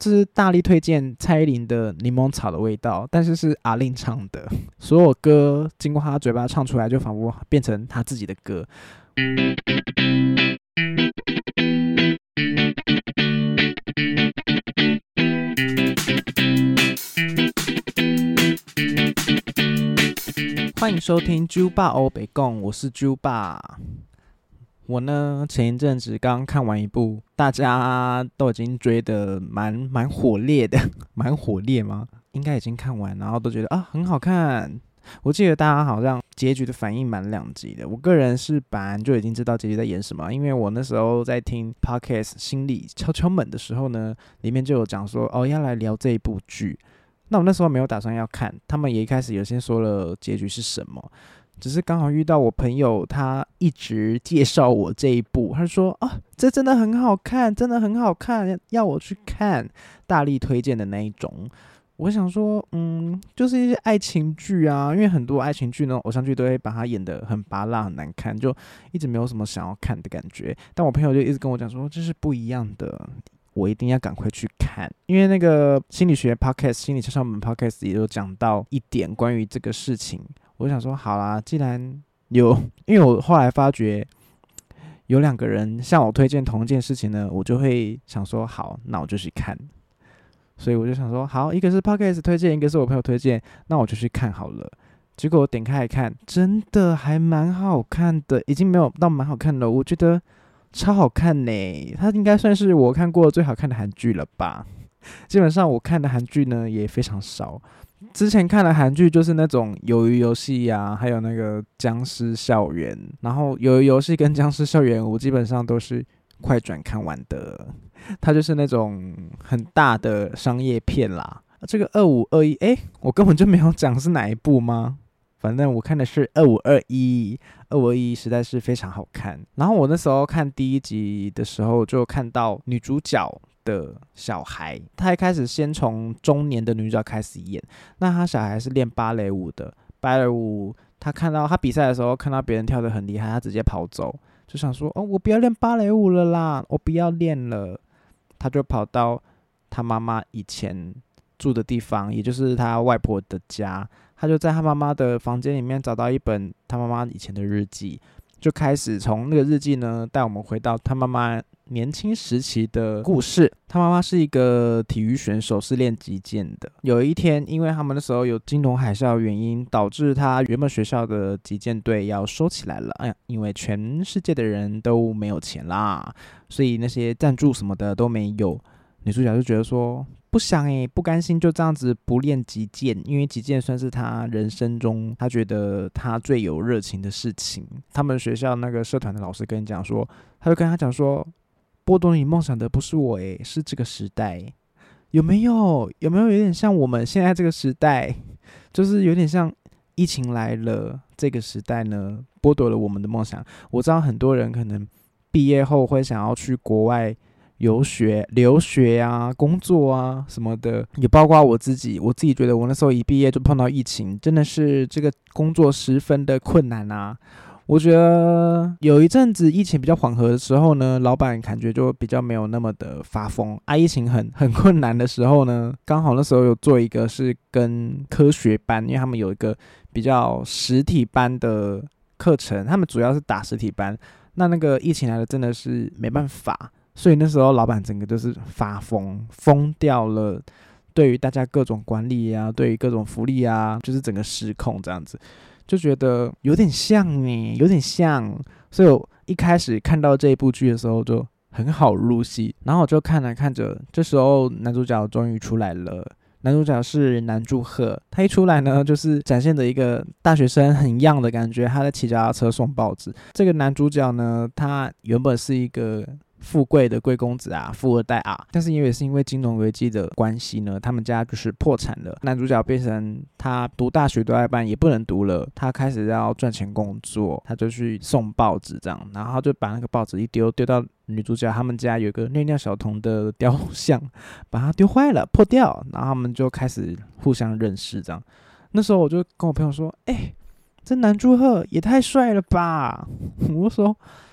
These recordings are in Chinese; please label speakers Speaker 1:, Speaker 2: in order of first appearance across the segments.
Speaker 1: 这是大力推荐蔡依林的柠檬草的味道，但是是阿令唱的，所有歌经过他嘴巴唱出来就仿佛变成他自己的歌。欢迎收听啾爸欧北共，我是啾爸。我呢，前一阵子刚看完一部大家都已经追得蛮火烈的，蛮火烈吗？应该已经看完，然后都觉得啊很好看。我记得大家好像结局的反应蛮两极的。我个人是本来就已经知道结局在演什么，因为我那时候在听 Podcast 心理敲敲门的时候呢，里面就有讲说要来聊这一部剧。那我那时候没有打算要看，他们也一开始有先说了结局是什么。只是刚好遇到我朋友，他一直介绍我这一部，他说这真的很好看，真的很好看，要我去看，大力推荐的那一种。我想说，就是一些爱情剧啊，因为很多爱情剧那种偶像剧都会把它演得很芭乐很难看，就一直没有什么想要看的感觉。但我朋友就一直跟我讲说，这是不一样的，我一定要赶快去看。因为那个心理学 podcast 心理敲敲门 podcast 也有讲到一点关于这个事情。我想说好啦，既然有，因为我后来发觉有两个人向我推荐同一件事情呢，我就会想说好，那我就去看。所以我就想说好，一个是 podcast 推荐，一个是我朋友推荐，那我就去看好了。结果我点开来看，真的还蛮好看的，已经没有到蛮好看了，我觉得超好看呢。它应该算是我看过最好看的韩剧了吧。基本上我看的韩剧呢也非常少，之前看的韩剧就是那种鱿鱼游戏啊，还有那个僵尸校园。然后鱿鱼游戏跟僵尸校园我基本上都是快转看完的，它就是那种很大的商业片啦。这个2521我根本就没有讲是哪一部吗？反正我看的是2521实在是非常好看。然后我那时候看第一集的时候就看到女主角的小孩，他一开始先从中年的女主角开始演，那他小孩是练芭蕾舞的，芭蕾舞他看到他比赛的时候看到别人跳得很厉害，他直接跑走，就想说我不要练芭蕾舞了啦，我不要练了。他就跑到他妈妈以前住的地方，也就是他外婆的家，他就在他妈妈的房间里面找到一本他妈妈以前的日记，就开始从那个日记呢带我们回到他妈妈年轻时期的故事。他妈妈是一个体育选手，是练击剑的。有一天因为他们那时候有金融海啸的原因，导致他原本学校的击剑队要收起来了。因为全世界的人都没有钱啦，所以那些赞助什么的都没有。女主角就觉得说不想不甘心就这样子不练击剑，因为击剑算是他人生中他觉得他最有热情的事情。他们学校那个社团的老师跟你讲说，他就跟他讲说，剥夺你梦想的不是我是这个时代。有没有点像我们现在这个时代，就是有点像疫情来了这个时代呢，剥夺了我们的梦想。我知道很多人可能毕业后会想要去国外留学啊，工作啊什么的，也包括我自己觉得我那时候一毕业就碰到疫情，真的是这个工作十分的困难啊。我觉得有一阵子疫情比较缓和的时候呢，老板感觉就比较没有那么的发疯啊。疫情很困难的时候呢，刚好那时候有做一个是跟科学班，因为他们有一个比较实体班的课程，他们主要是打实体班。那个疫情来了真的是没办法，所以那时候老板整个就是发疯掉了，对于大家各种管理啊，对于各种福利啊，就是整个失控这样子，就觉得有点像有点像。所以我一开始看到这一部剧的时候就很好入戏，然后我就看着看着，这时候男主角终于出来了。男主角是南柱赫，他一出来呢，就是展现的一个大学生很样的感觉，他在骑脚踏车送报纸。这个男主角呢，他原本是一个富贵的贵公子啊，富二代啊，但是因为金融危机的关系呢，他们家就是破产了。男主角变成他读大学读到一半也不能读了，他开始要赚钱工作，他就去送报纸这样，然后他就把那个报纸一丢到女主角他们家有一个尿尿小童的雕像，把它丢坏了破掉，然后他们就开始互相认识这样。那时候我就跟我朋友说，这男主赫也太帅了吧。我说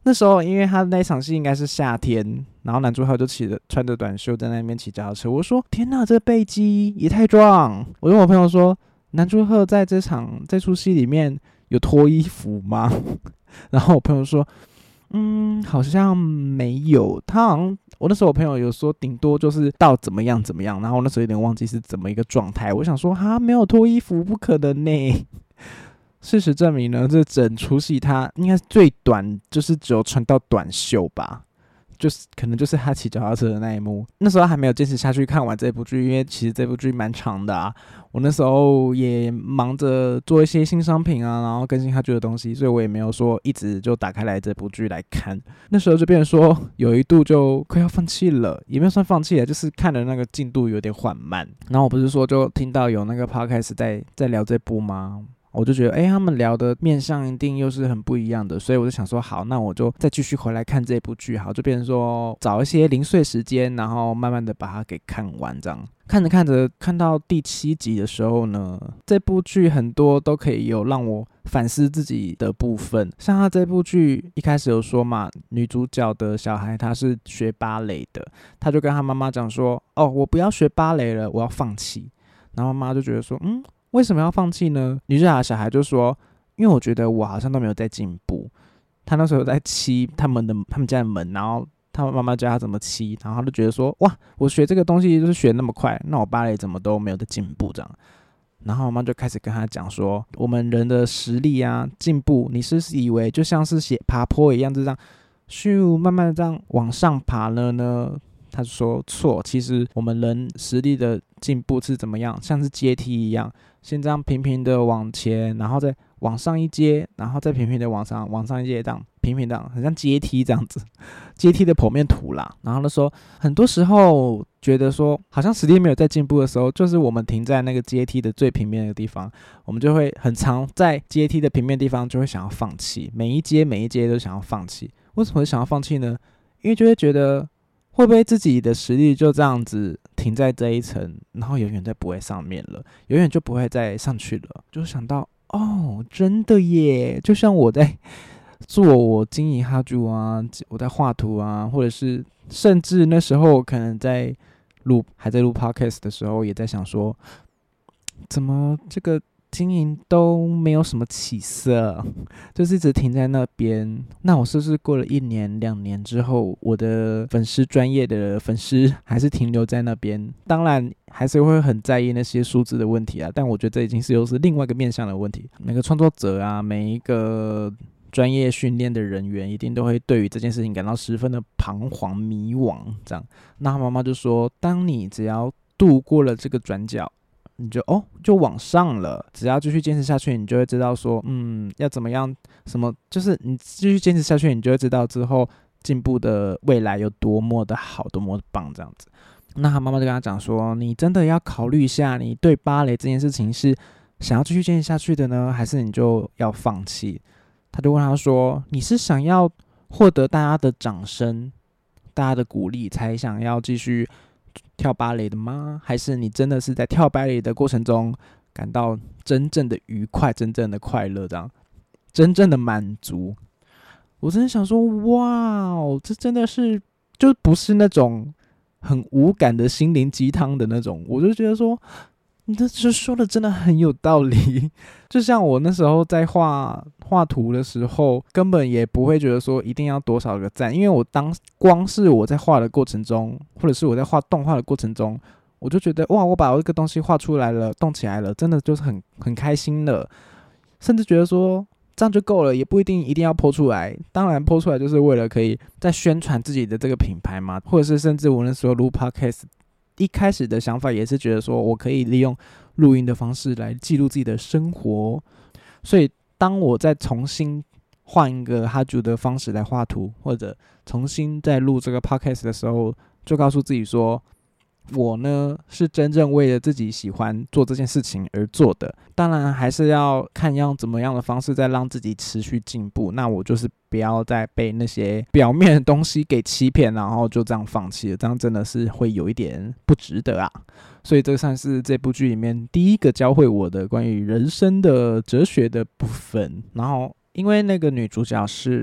Speaker 1: 那时候因为他那一场戏应该是夏天，然后男主角就穿着短袖在那边骑脚踏车。我说天哪，这个背肌也太壮！我跟我朋友说，男主角在这出戏里面有脱衣服吗？然后我朋友说，好像没有。他好像我那时候我朋友有说，顶多就是到怎么样怎么样。然后我那时候有点忘记是怎么一个状态。我想说，没有脱衣服，不可能呢。事实证明呢，这整出戏他应该最短就是只有穿到短袖吧，就是可能就是他骑脚踏车的那一幕。那时候还没有坚持下去看完这部剧，因为其实这部剧蛮长的啊。我那时候也忙着做一些新商品啊，然后更新他剧的东西，所以我也没有说一直就打开来这部剧来看。那时候就变成说有一度就快要放弃了，也没有算放弃了，就是看的那个进度有点缓慢。然后我不是说就听到有那个 podcast 在聊这部吗？我就觉得他们聊的面向一定又是很不一样的，所以我就想说好，那我就再继续回来看这部剧。好，就变成说找一些零碎时间，然后慢慢的把它给看完。这样看着看着，看到第7集的时候呢，这部剧很多都可以有让我反思自己的部分。像他这部剧一开始有说嘛，女主角的小孩他是学芭蕾的，他就跟他妈妈讲说，我不要学芭蕾了，我要放弃。然后妈妈就觉得说，为什么要放弃呢？女主角的小孩就说，因为我觉得我好像都没有在进步。他那时候在漆他们家的门，然后他妈妈教他怎么漆，然后他就觉得说，哇，我学这个东西就是学那么快，那我芭蕾怎么都没有在进步这样。然后妈妈就开始跟他讲说，我们人的实力啊进步，你是以为就像是爬坡一样，就这样咻慢慢的这样往上爬了呢？他说错，其实我们人实力的进步是怎么样？像是阶梯一样，先这样平平的往前，然后再往上一阶，然后再平平的往上一阶，这样平平的，很像阶梯这样子，阶梯的剖面图啦。然后他说，很多时候觉得说，好像实力没有在进步的时候，就是我们停在那个阶梯的最平面的地方，我们就会很常在阶梯的平面地方就会想要放弃，每一阶都想要放弃。为什么会想要放弃呢？因为就会觉得，会不会自己的实力就这样子停在这一层，然后永远再不会上面了，永远就不会再上去了？就想到真的耶！就像我在做我经营哈猪啊，我在画图啊，或者是甚至那时候可能还在录 podcast 的时候，也在想说，怎么这个经营都没有什么起色，就是一直停在那边。那我是不是过了1年2年之后，我的专业的粉丝还是停留在那边？当然还是会很在意那些数字的问题啊，但我觉得这已经又是另外一个面向的问题。每个创作者啊，每一个专业训练的人员，一定都会对于这件事情感到十分的彷徨迷惘。这样，那他妈妈就说，当你只要度过了这个转角，你就往上了，只要继续坚持下去，你就会知道说，要怎么样，什么就是你继续坚持下去，你就会知道之后进步的未来有多么的好，多么的棒这样子。那他妈妈就跟他讲说，你真的要考虑一下，你对芭蕾这件事情是想要继续坚持下去的呢，还是你就要放弃？他就问他说，你是想要获得大家的掌声，大家的鼓励才想要继续跳芭蕾的吗？还是你真的是在跳芭蕾的过程中感到真正的愉快，真正的快乐，这样真正的满足？我真的想说，哇，这真的是就不是那种很无感的心灵鸡汤的那种。我就觉得说，你这说的真的很有道理。就像我那时候在画图的时候，根本也不会觉得说一定要多少个赞，因为光是我在画的过程中，或者是我在画动画的过程中，我就觉得哇，我把这个东西画出来了，动起来了，真的就是很开心了，甚至觉得说这样就够了，也不一定要 po 出来。当然 po 出来就是为了可以再宣传自己的这个品牌嘛，或者是甚至我那时候录 podcast。一开始的想法也是觉得说我可以利用录音的方式来记录自己的生活，所以当我再重新换一个哈猪的方式来画图，或者重新再录这个 podcast 的时候，就告诉自己说，我呢是真正为了自己喜欢做这件事情而做的。当然还是要看用怎么样的方式再让自己持续进步，那我就是不要再被那些表面的东西给欺骗，然后就这样放弃了，这样真的是会有一点不值得啊。所以这算是这部剧里面第一个教会我的关于人生的哲学的部分。然后因为那个女主角是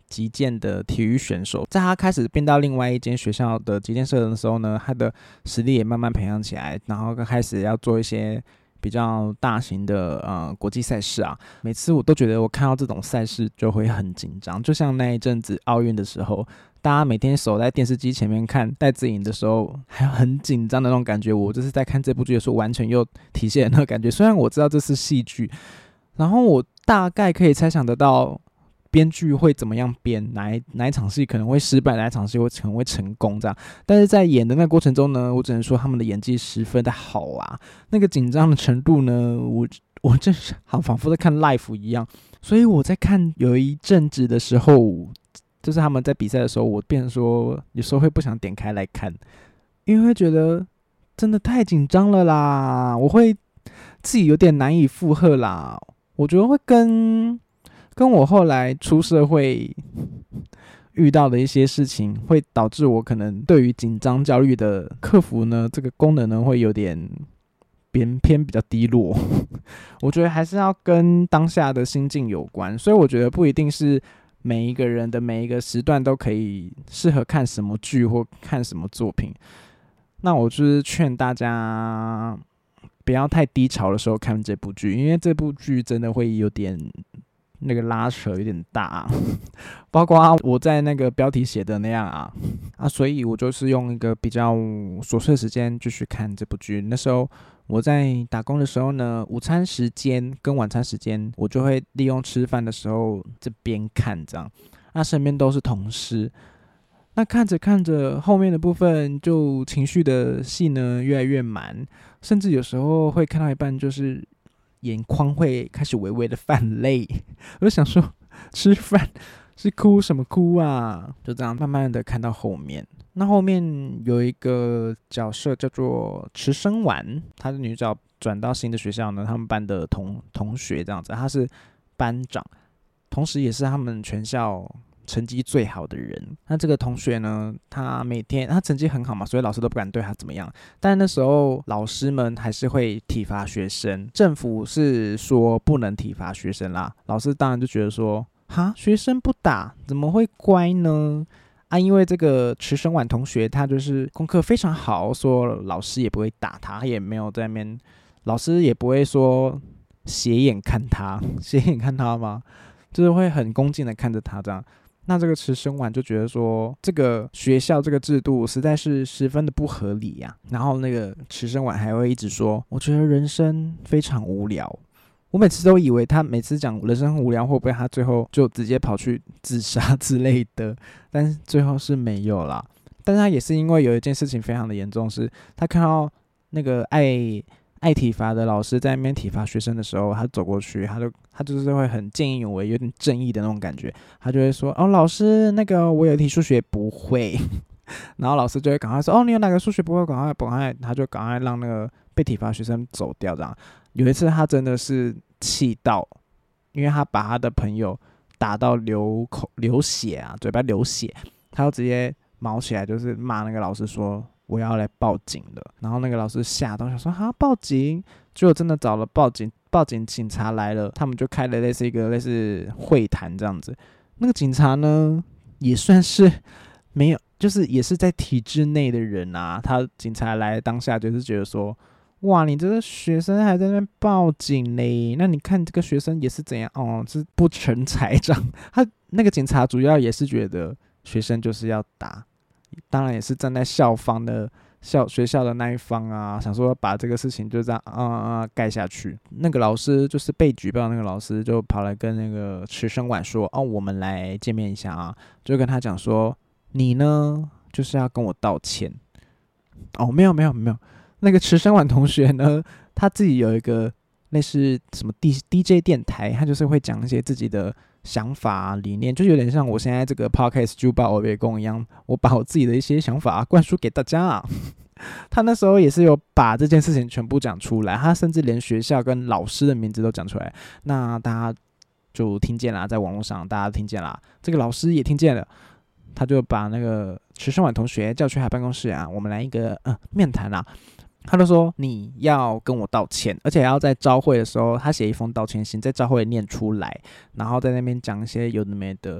Speaker 1: 击剑的体育选手。在他开始变到另外一间学校的击剑社的时候呢，他的实力也慢慢培养起来，然后开始要做一些比较大型的国际赛事啊。每次我都觉得我看到这种赛事就会很紧张，就像那一阵子奥运的时候，大家每天守在电视机前面看戴资颖的时候，还有很紧张的那种感觉，我就是在看这部剧的时候完全又体现了那个感觉。虽然我知道这是戏剧，然后我大概可以猜想得到编剧会怎么样编，哪一场戏可能会失败，哪一场戏可能会成功这样。但是在演的那个过程中呢，我只能说他们的演技十分的好啊，那个紧张的程度呢，我真是好仿佛在看 live 一样。所以我在看有一阵子的时候，就是他们在比赛的时候，我变成说有时候会不想点开来看，因为会觉得真的太紧张了啦，我会自己有点难以负荷啦。我觉得会跟我后来出社会遇到的一些事情，会导致我可能对于紧张焦虑的克服呢，这个功能呢会有点偏比较低落。我觉得还是要跟当下的心境有关，所以我觉得不一定是每一个人的每一个时段都可以适合看什么剧或看什么作品。那我就是劝大家不要太低潮的时候看这部剧，因为这部剧真的会有点那个拉扯有点大，包括我在那个标题写的那样啊，所以我就是用一个比较琐碎的时间继续看这部剧。那时候我在打工的时候呢，午餐时间跟晚餐时间，我就会利用吃饭的时候这边看这样，那身边都是同事。那看着看着，后面的部分就情绪的戏呢越来越满，甚至有时候会看到一半，就是眼眶会开始微微的泛泪。我就想说，吃饭是哭什么哭啊？就这样慢慢的看到后面。那后面有一个角色叫做池生丸，她是女角转到新的学校呢，他们班的同学这样子，她是班长，同时也是他们全校成绩最好的人。那这个同学呢，他每天他成绩很好嘛，所以老师都不敢对他怎么样。但那时候老师们还是会体罚学生，政府是说不能体罚学生啦。老师当然就觉得说，哈，学生不打怎么会乖呢？因为这个池生丸同学他就是功课非常好，说老师也不会打他，也没有在那边，老师也不会说斜眼看他，斜眼看他吗？就是会很恭敬的看着他这样。那这个池生丸就觉得说，这个学校这个制度实在是十分的不合理呀。然后那个池生丸还会一直说，我觉得人生非常无聊。我每次都以为他每次讲人生很无聊，会不会他最后就直接跑去自杀之类的？但是最后是没有啦。但是他也是因为有一件事情非常的严重，是他看到那个爱体罚的老师在那边体罚学生的时候，他走过去，他就是会很见义勇为，有点正义的那种感觉。他就会说：“哦，老师，那个我有一题数学不会。”然后老师就会赶快说：“哦，你有哪个数学不会？赶快！”他就赶快让那个被体罚学生走掉。这样有一次他真的是气到，因为他把他的朋友打到流血啊，嘴巴流血，他就直接毛起来，就是骂那个老师说，我要来报警了。然后那个老师吓到，想说哈报警，结果真的找了报警警察来了，他们就开了类似会谈这样子。那个警察呢也算是没有，就是也是在体制内的人啊。他警察来当下就是觉得说，哇，你这个学生还在那边报警嘞？那你看这个学生也是怎样哦，是不成才这样。他那个警察主要也是觉得学生就是要打。当然也是站在校方的学校的那一方啊，想说把这个事情就这样盖下去。那个老师就是被举报，那个老师就跑来跟那个池生丸说：“哦，我们来见面一下啊。”就跟他讲说：“你呢，就是要跟我道歉。”哦，没有，那个池生丸同学呢，他自己有一个类似什么 DJ 电台，他就是会讲一些自己的想法理念，就有点像我现在这个 podcast 就把我别公一样，我把我自己的一些想法灌输给大家。他那时候也是有把这件事情全部讲出来，他甚至连学校跟老师的名字都讲出来。那大家就听见了，在网络上大家听见了，这个老师也听见了，他就把那个池生丸同学叫去他办公室啊，我们来一个面谈啊。他就说你要跟我道歉，而且要在朝会的时候，他写一封道歉信，在朝会念出来，然后在那边讲一些有的没的。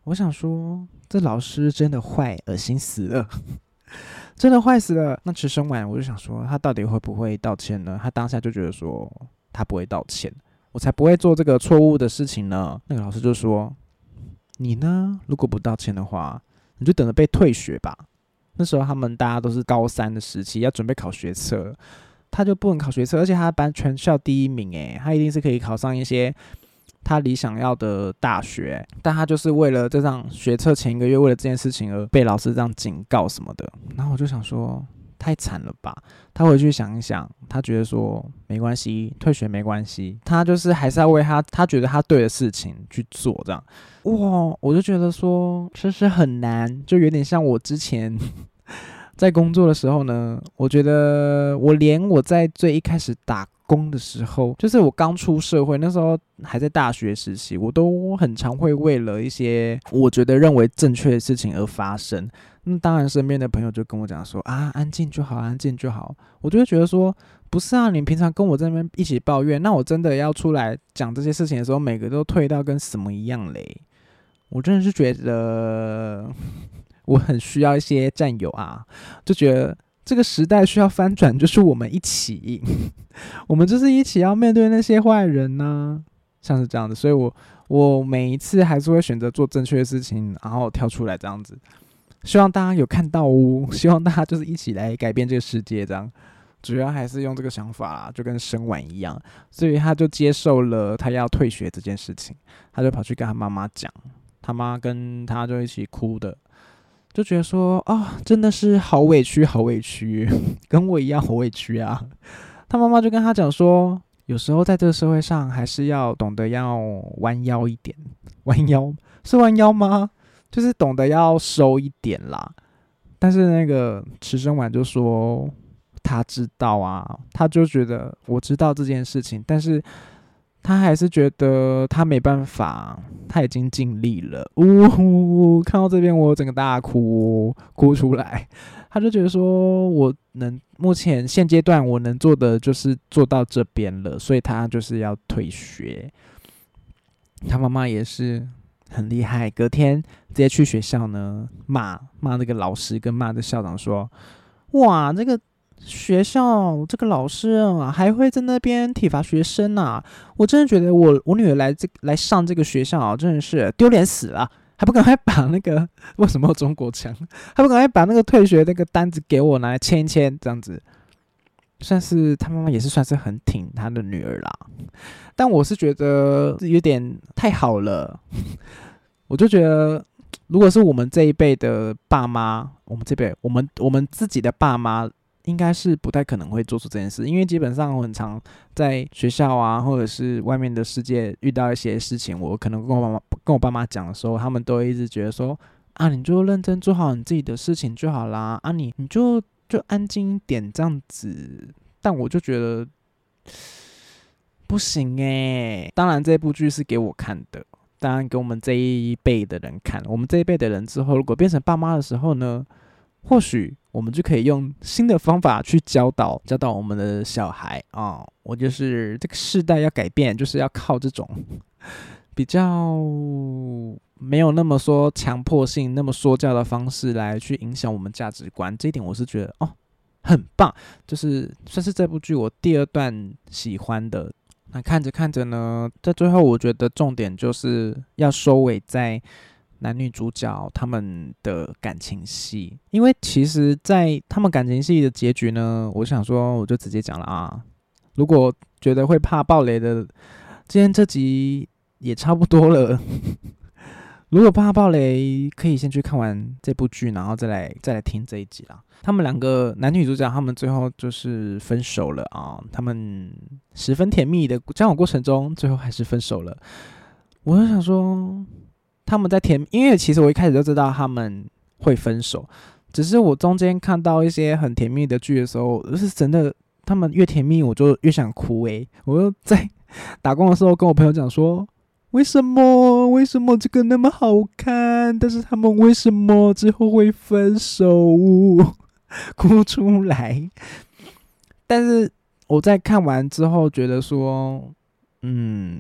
Speaker 1: 我想说，这老师真的坏，恶心死了，真的坏死了。那池生完，我就想说，他到底会不会道歉呢？他当下就觉得说，他不会道歉，我才不会做这个错误的事情呢。那个老师就说，你呢，如果不道歉的话，你就等着被退学吧。那时候他们大家都是高3的时期，要准备考学测，他就不能考学测，而且他班全校第1名，他一定是可以考上一些他理想要的大学，但他就是为了这场学测前1个月，为了这件事情而被老师这样警告什么的。然后我就想说，太惨了吧。他回去想一想，他觉得说没关系，退学没关系，他就是还是要为他觉得他对的事情去做这样。哇，我就觉得说这是很难，就有点像我之前在工作的时候呢，我觉得我在最一开始打工的时候，就是我刚出社会那时候还在大学时期，我都很常会为了一些我觉得认为正确的事情而发生。那当然身边的朋友就跟我讲说啊，安静就好，安静就好。我就会觉得说，不是啊，你平常跟我在那边一起抱怨，那我真的要出来讲这些事情的时候，每个都退到跟什么一样嘞。我真的是觉得我很需要一些战友啊，就觉得这个时代需要翻转，就是我们一起我们就是一起要面对那些坏人啊，像是这样子。所以我每一次还是会选择做正确的事情，然后跳出来这样子。希望大家有看到哦，希望大家就是一起来改变这个世界这样。主要还是用这个想法啦，就跟生完一样，所以他就接受了他要退学这件事情，他就跑去跟他妈妈讲，他妈跟他就一起哭的，就觉得说真的是好委屈，好委屈，跟我一样好委屈啊。他妈妈就跟他讲说，有时候在这个社会上还是要懂得要弯腰一点，弯腰是弯腰吗？就是懂得要收一点啦。但是那个池生丸就说他知道啊，他就觉得我知道这件事情，但是他还是觉得他没办法，他已经尽力了。看到这边我整个大哭出来。他就觉得说，目前现阶段我能做的就是做到这边了，所以他就是要退学。他妈妈也是很厉害，隔天直接去学校呢骂那个老师跟骂这校长说，哇，这个学校这个老师啊，还会在那边体罚学生啊！我真的觉得我女儿来上这个学校啊，真的是丢脸死了，还不赶快把那个为什么有中国腔，还不赶快把那个退学那个单子给我拿来签一签，这样子。算是他妈妈也是算是很挺他的女儿啦，但我是觉得有点太好了。我就觉得，如果是我们这一辈的爸妈，我们自己的爸妈，应该是不太可能会做出这件事，因为基本上我很常在学校啊，或者是外面的世界遇到一些事情，我可能跟我爸妈讲的时候，他们都会一直觉得说啊，你就认真做好你自己的事情就好啦，啊你就安静一点这样子。但我就觉得不行当然这部剧是给我看的，当然给我们这一辈的人看。我们这一辈的人之后，如果变成爸妈的时候呢，或许我们就可以用新的方法去教导我们的小孩啊。我就是这个世代要改变，就是要靠这种比较没有那么说强迫性、那么说教的方式来去影响我们价值观。这一点我是觉得很棒，就是算是这部剧我第2段喜欢的。那看着看着呢，在最后我觉得重点就是要收尾在男女主角他们的感情戏，因为其实在他们感情戏的结局呢，我想说我就直接讲了啊。如果觉得会怕爆雷的，今天这集也差不多了。如果怕爆雷，可以先去看完这部剧，然后再来听这一集啦。他们2个男女主角，他们最后就是分手了啊。他们十分甜蜜的交往过程中，最后还是分手了。我就想说，他们在因为其实我一开始就知道他们会分手，只是我中间看到一些很甜蜜的剧的时候，就是真的，他们越甜蜜，我就越想哭我就在打工的时候跟我朋友讲说，为什么这个那么好看，但是他们为什么之后会分手？哭出来。但是我在看完之后觉得说，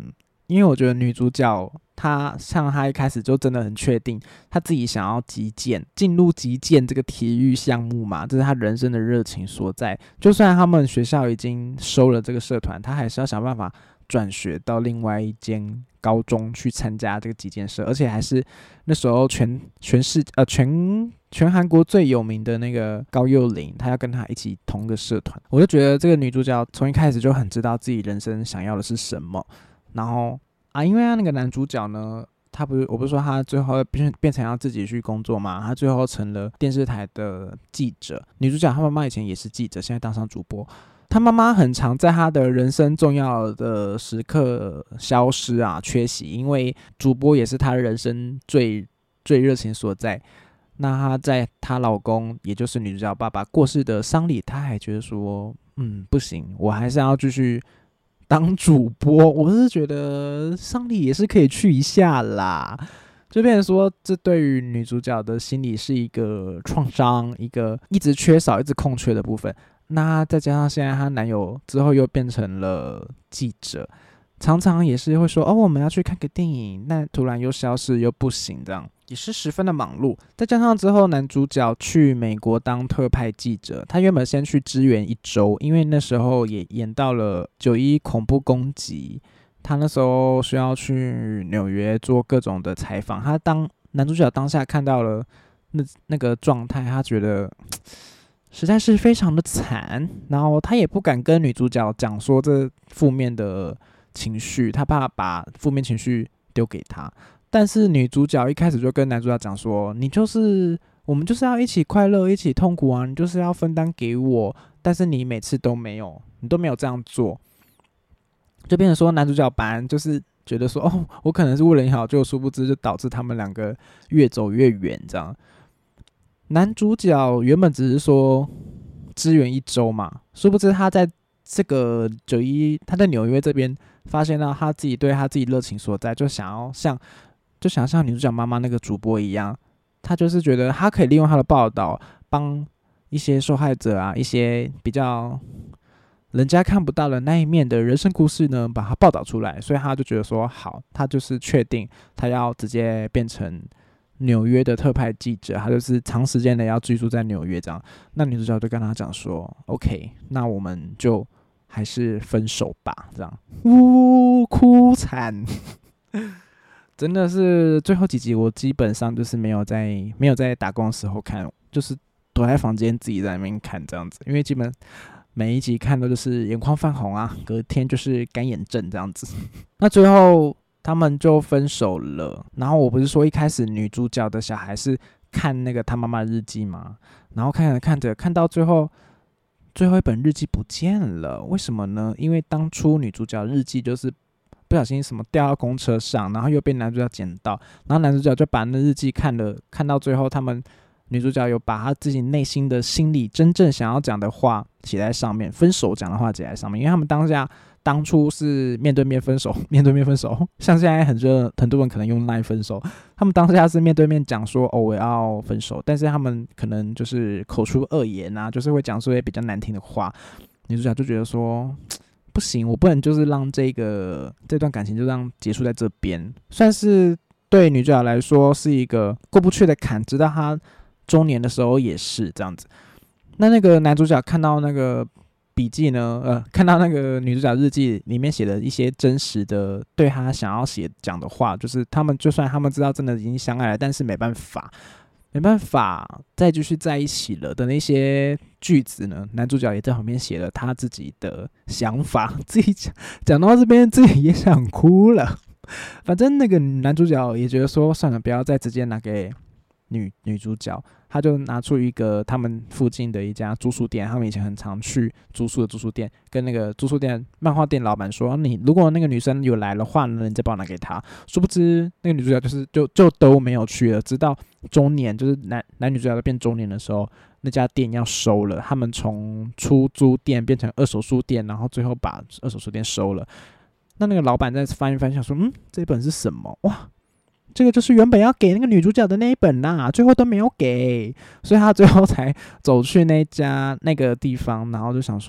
Speaker 1: 因为我觉得女主角她一开始就真的很确定她自己想要击剑，进入击剑这个体育项目嘛，这是她人生的热情所在。就算他们学校已经收了这个社团，她还是要想办法转学到另外一间高中去参加这个击剑社，而且还是那时候全韩国最有名的那个高幼霖，她要跟她一起同个社团。我就觉得这个女主角从一开始就很知道自己人生想要的是什么。然后因为那个男主角呢，我不是说他最后变成要自己去工作嘛，他最后成了电视台的记者。女主角她妈妈以前也是记者，现在当上主播。他妈妈很常在他的人生重要的时刻消失啊，缺席，因为主播也是他人生最热情所在。那他在她老公，也就是女主角爸爸过世的丧礼，他还觉得说，不行，我还是要继续当主播。我是觉得丧礼也是可以去一下啦，就变成说，这对于女主角的心理是一个创伤，一个一直缺少、一直空缺的部分。那再加上现在她男友之后又变成了记者，常常也是会说我们要去看个电影，那突然又消失又不行，这样也是十分的忙碌。再加上之后男主角去美国当特派记者，他原本先去支援1周，因为那时候也演到了9/11恐怖攻击，他那时候需要去纽约做各种的采访。男主角当下看到了那个状态，他觉得实在是非常的惨，然后他也不敢跟女主角讲说这负面的情绪，他怕把负面情绪丢给他。但是女主角一开始就跟男主角讲说，我们就是要一起快乐一起痛苦啊，你就是要分担给我，但是你每次都没有这样做，就变成说男主角本来就是觉得说我可能是为了你好，就殊不知就导致他们两个越走越远这样。男主角原本只是说支援1周嘛，殊不知他在这个9/11，他在纽约这边发现到他自己对他自己热情所在，就想要像女主角妈妈那个主播一样，他就是觉得他可以利用他的报道，帮一些受害者啊，一些比较人家看不到的那一面的人生故事呢，把它报道出来。所以他就觉得说好，他就是确定他要直接变成纽约的特派记者，他就是长时间的要居住在纽约这样。那女主角就跟他讲说 OK， 那我们就还是分手吧这样。哭惨真的是最后几集我基本上就是没有在打工的时候看，就是躲在房间自己在那边看这样子，因为基本每一集看都就是眼眶泛红啊，隔天就是干眼症这样子那最后他们就分手了。然后我不是说一开始女主角的小孩是看那个他妈妈日记吗？然后看着看到最后一本日记不见了，为什么呢？因为当初女主角日记就是不小心什么掉到公车上，然后又被男主角捡到，然后男主角就把那日记看到最后，女主角有把她自己内心的心里真正想要讲的话写在上面，分手讲的话写在上面。因为他们当初是面对面分手，像现在很多人可能用 LINE 分手，他们当下是面对面讲说我要分手，但是他们可能就是口出恶言啊，就是会讲出一些比较难听的话。女主角就觉得说不行，我不能就是让这段感情就这样结束在这边，算是对女主角来说是一个过不去的坎，直到她中年的时候也是这样子。那个男主角看到那个笔记呢，看到那个女主角日记里面写的一些真实的对他想要讲的话，就是就算他们知道真的已经相爱了，但是没办法再继续在一起了的那些句子呢，男主角也在旁边写了他自己的想法，自己讲到这边自己也想哭了。反正那个男主角也觉得说算了，不要再直接拿给女主角，他就拿出一个他们附近的一家租书店，他们以前很常去租书的租书店，跟那个租书店漫画店老板说，你如果那个女生有来的话呢，你再帮我拿给她。殊不知那个女主角就都没有去了，直到中年，就是男女主角都变中年的时候，那家店要收了，他们从出租店变成二手书店，然后最后把二手书店收了。那个老板再翻一翻，想说这本是什么？哇，这个就是原本要给那个女主角的那一本啦，最后都没有给，所以他最后才走去那个地方，然后就想说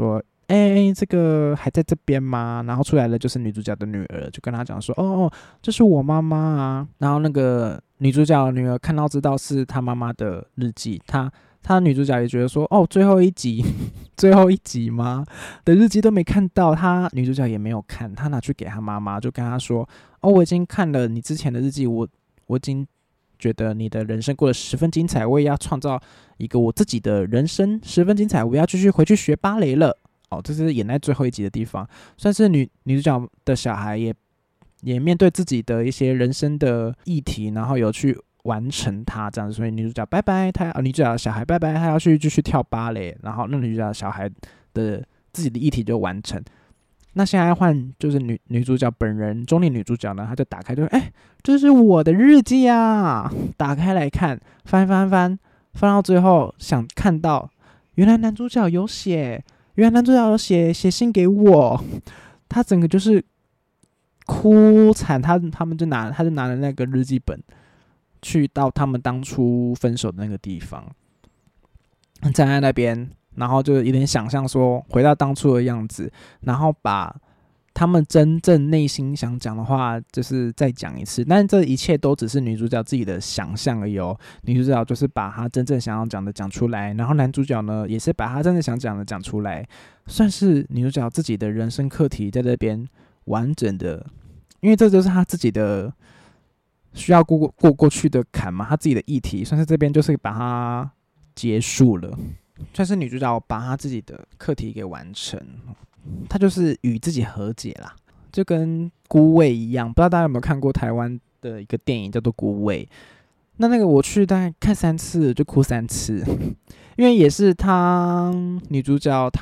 Speaker 1: 这个还在这边吗？然后出来的就是女主角的女儿，就跟她讲说，哦，这是我妈妈啊。然后那个女主角的女儿看到知道是她妈妈的日记，她女主角也觉得说，哦，最后一集最后一集吗的日记都没看到，她女主角也没有看，她拿去给她妈妈，就跟她说，哦，我已经看了你之前的日记，我已经觉得你的人生过得十分精彩，我也要创造一个我自己的人生十分精彩，我要继续回去学芭蕾了。哦，这是演在最后一集的地方，算是女主角的小孩也面对自己的一些人生的议题，然后有去完成它这样子。所以女主角拜拜，女主角的小孩拜拜，她要去继续跳芭蕾，然后那女主角的小孩的自己的议题就完成。那现在换就是女主角本人，中年女主角呢，她就打开就这是我的日记啊，打开来看，翻到最后想看到，原来男主角有写信给我，他整个就是哭惨，他就拿了那个日记本去到他们当初分手的那个地方，站在那边，然后就有点想象说回到当初的样子，然后把他们真正内心想讲的话就是再讲一次，但这一切都只是女主角自己的想象而已哦。女主角就是把她真正想要讲的讲出来，然后男主角呢也是把他真正想讲的讲出来，算是女主角自己的人生课题在这边完整的，因为这就是她自己的需要过去的坎嘛，她自己的议题，算是这边就是把它结束了，算是女主角把她自己的课题给完成。他就是与自己和解啦，就跟孤味一样，不知道大家有没有看过台湾的一个电影叫做孤味。那个我去大概看3次就哭3次，因为也是女主角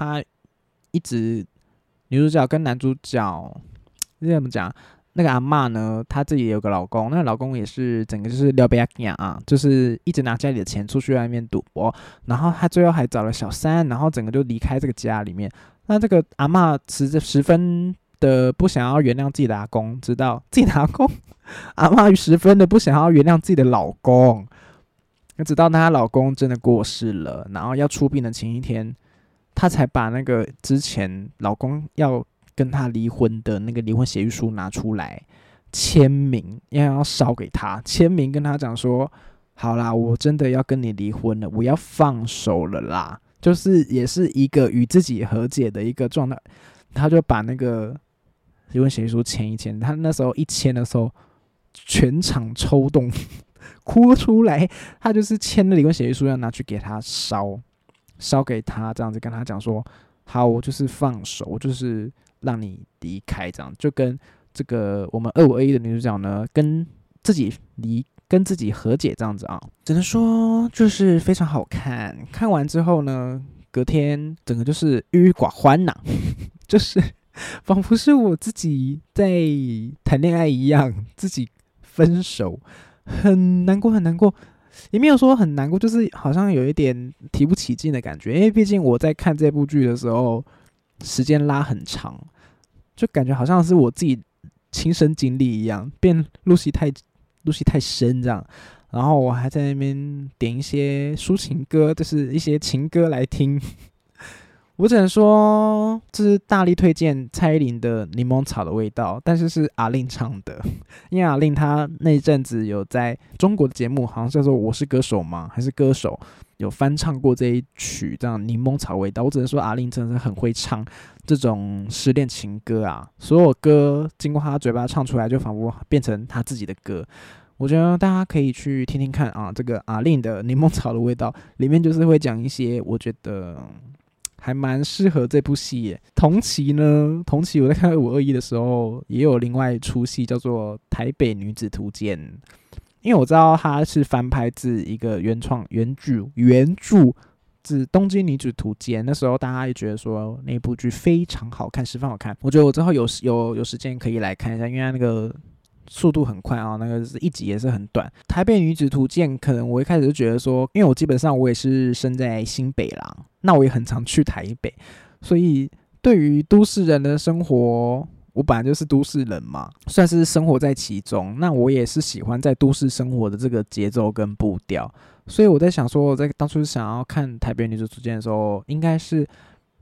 Speaker 1: 女主角跟男主角怎么讲？那个阿嬷呢，她自己也有个老公，那个老公也是整个就是撩妹啊，就是一直拿家里的钱出去外面赌博，然后他最后还找了小三，然后整个就离开这个家里面。那这个阿嬷十分的不想要原谅自己的阿公，知道自己的阿公，阿嬷十分的不想要原谅自己的老公，直到她老公真的过世了，然后要出殡的前一天，她才把那个之前老公要跟她离婚的那个离婚协议书拿出来签名，要烧给他签名，跟他讲说，好啦，我真的要跟你离婚了，我要放手了啦。就是也是一个与自己和解的一个状态，他就把那个离婚协议书签一签，他那时候一签的时候，全场抽动，哭出来。他就是签了离婚协议书，要拿去给他烧给他，这样子跟他讲说，好，我就是放手，我就是让你离开，这样就跟这个我们251的女主角呢，跟自己和解这样子啊，只能说就是非常好看。看完之后呢，隔天整个就是郁郁寡欢呐，就是仿佛是我自己在谈恋爱一样，自己分手，很难过，也没有说很难过，就是好像有一点提不起劲的感觉。因为毕竟我在看这部剧的时候，时间拉很长，就感觉好像是我自己亲身经历一样，变入戏太深这样，然后我还在那边点一些抒情歌，就是一些情歌来听。我只能说，这是大力推荐蔡依林的《柠檬草的味道》，但是是阿令唱的，因为阿令她那一阵子有在中国的节目，好像叫做《我是歌手》吗？还是歌手有翻唱过这一曲这样《柠檬草味道》。我只能说，阿令真的是很会唱这种失恋情歌啊，所有歌经过他嘴巴唱出来，就仿佛变成他自己的歌。我觉得大家可以去听听看啊，这个阿令的《柠檬草的味道》里面就是会讲一些，我觉得还蛮适合这部戏耶。同期我在看2521的时候，也有另外一出戏叫做《台北女子图鉴》，因为我知道它是翻拍自一个原著自《东京女子图鉴》。那时候大家也觉得说那部剧非常好看，十分好看。我觉得我之后有时间可以来看一下，因为它那个速度很快啊，那个一集也是很短。台北女子图鉴可能我一开始就觉得说，因为我基本上我也是生在新北啦，那我也很常去台北，所以对于都市人的生活，我本来就是都市人嘛，算是生活在其中。那我也是喜欢在都市生活的这个节奏跟步调，所以我在想说，我在当初想要看台北女子图鉴的时候，应该是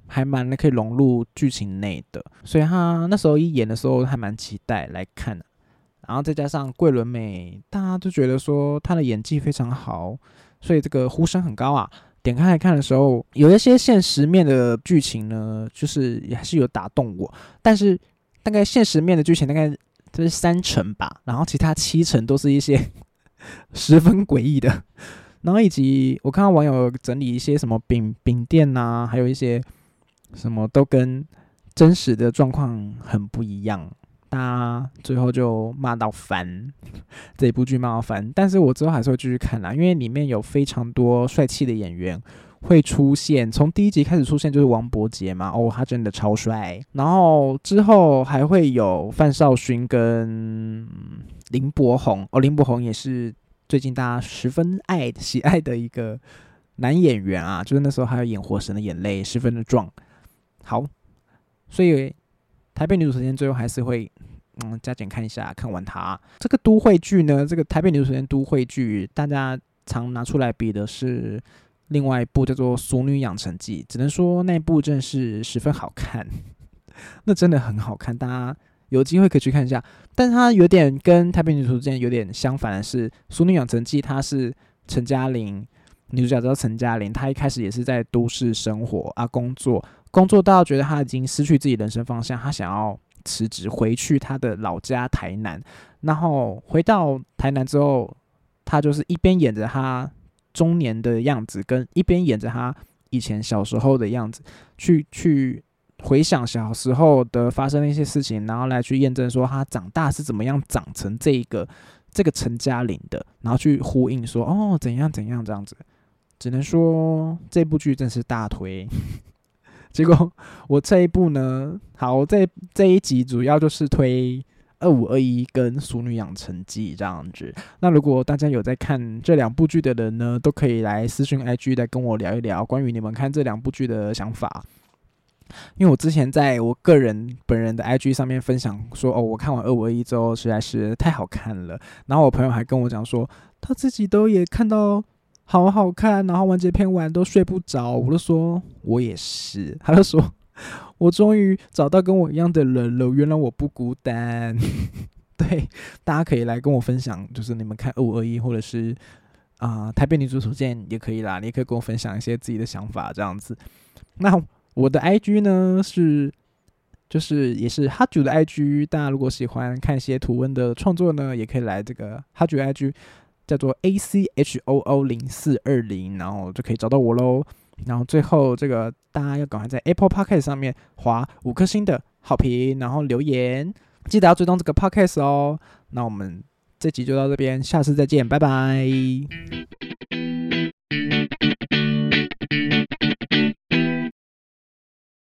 Speaker 1: 还蛮可以融入剧情内的，所以他那时候一演的时候还蛮期待来看的。然后再加上桂纶镁，大家都觉得说她的演技非常好，所以这个呼声很高啊。点开来看的时候，有一些现实面的剧情呢，就是也还是有打动我，但是大概现实面的剧情大概就是30%吧，然后其他70%都是一些十分诡异的。然后以及我看到网友整理一些什么饼店啊，还有一些什么都跟真实的状况很不一样，大家最后就骂到烦，这一部剧骂到烦。但是我之后还是会继续看啦，因为里面有非常多帅气的演员会出现，从第一集开始出现就是王柏杰嘛，他真的超帅。然后之后还会有范少勋跟林柏宏，林柏宏也是最近大家十分喜爱的一个男演员啊，就是那时候还有演《火神的眼泪》，十分的壮。好，所以台北女主时间最后还是会加减看一下，看完它。这个都会剧呢，这个台北女主时间都会剧，大家常拿出来比的是另外一部叫做《俗女养成记》，只能说那部真的是十分好看，那真的很好看，大家有机会可以去看一下。但是它有点跟台北女主之间有点相反的是，《俗女养成记》它是陈嘉玲，女主角叫陈嘉玲，她一开始也是在都市生活啊，工作到觉得她已经失去自己人生方向，她想要辞职回去她的老家台南。然后回到台南之后，她就是一边演着她中年的样子，跟一边演着她以前小时候的样子，去回想小时候的发生的一些事情，然后来去验证说她长大是怎么样长成这个陈嘉玲的，然后去呼应说怎样怎样这样子。只能说这部剧真是大推。结果我这一部呢，好，这一集主要就是推2521跟《俗女养成记》这样子。那如果大家有在看这两部剧的人呢，都可以来私讯 IG 来跟我聊一聊关于你们看这两部剧的想法。因为我之前在我本人的 IG 上面分享说，我看完2521之后实在是太好看了。然后我朋友还跟我讲说，他自己都也看到好好看，然后完结篇完都睡不着。我就说我也是，他就说我终于找到跟我一样的人了，原来我不孤单。对，大家可以来跟我分享，就是你们看2521或者是台北女主图鉴也可以啦，你也可以跟我分享一些自己的想法这样子。那我的 IG 呢就是也是哈啾的 IG， 大家如果喜欢看一些图文的创作呢，也可以来这个哈啾的 IG， 叫做 ACHOO0420， 然后就可以找到我咯。然后最后这个大家要赶快在 Apple Podcast 上面划5颗星的好评，然后留言，记得要追踪这个 Podcast 哦。那我们这集就到这边，下次再见，拜拜。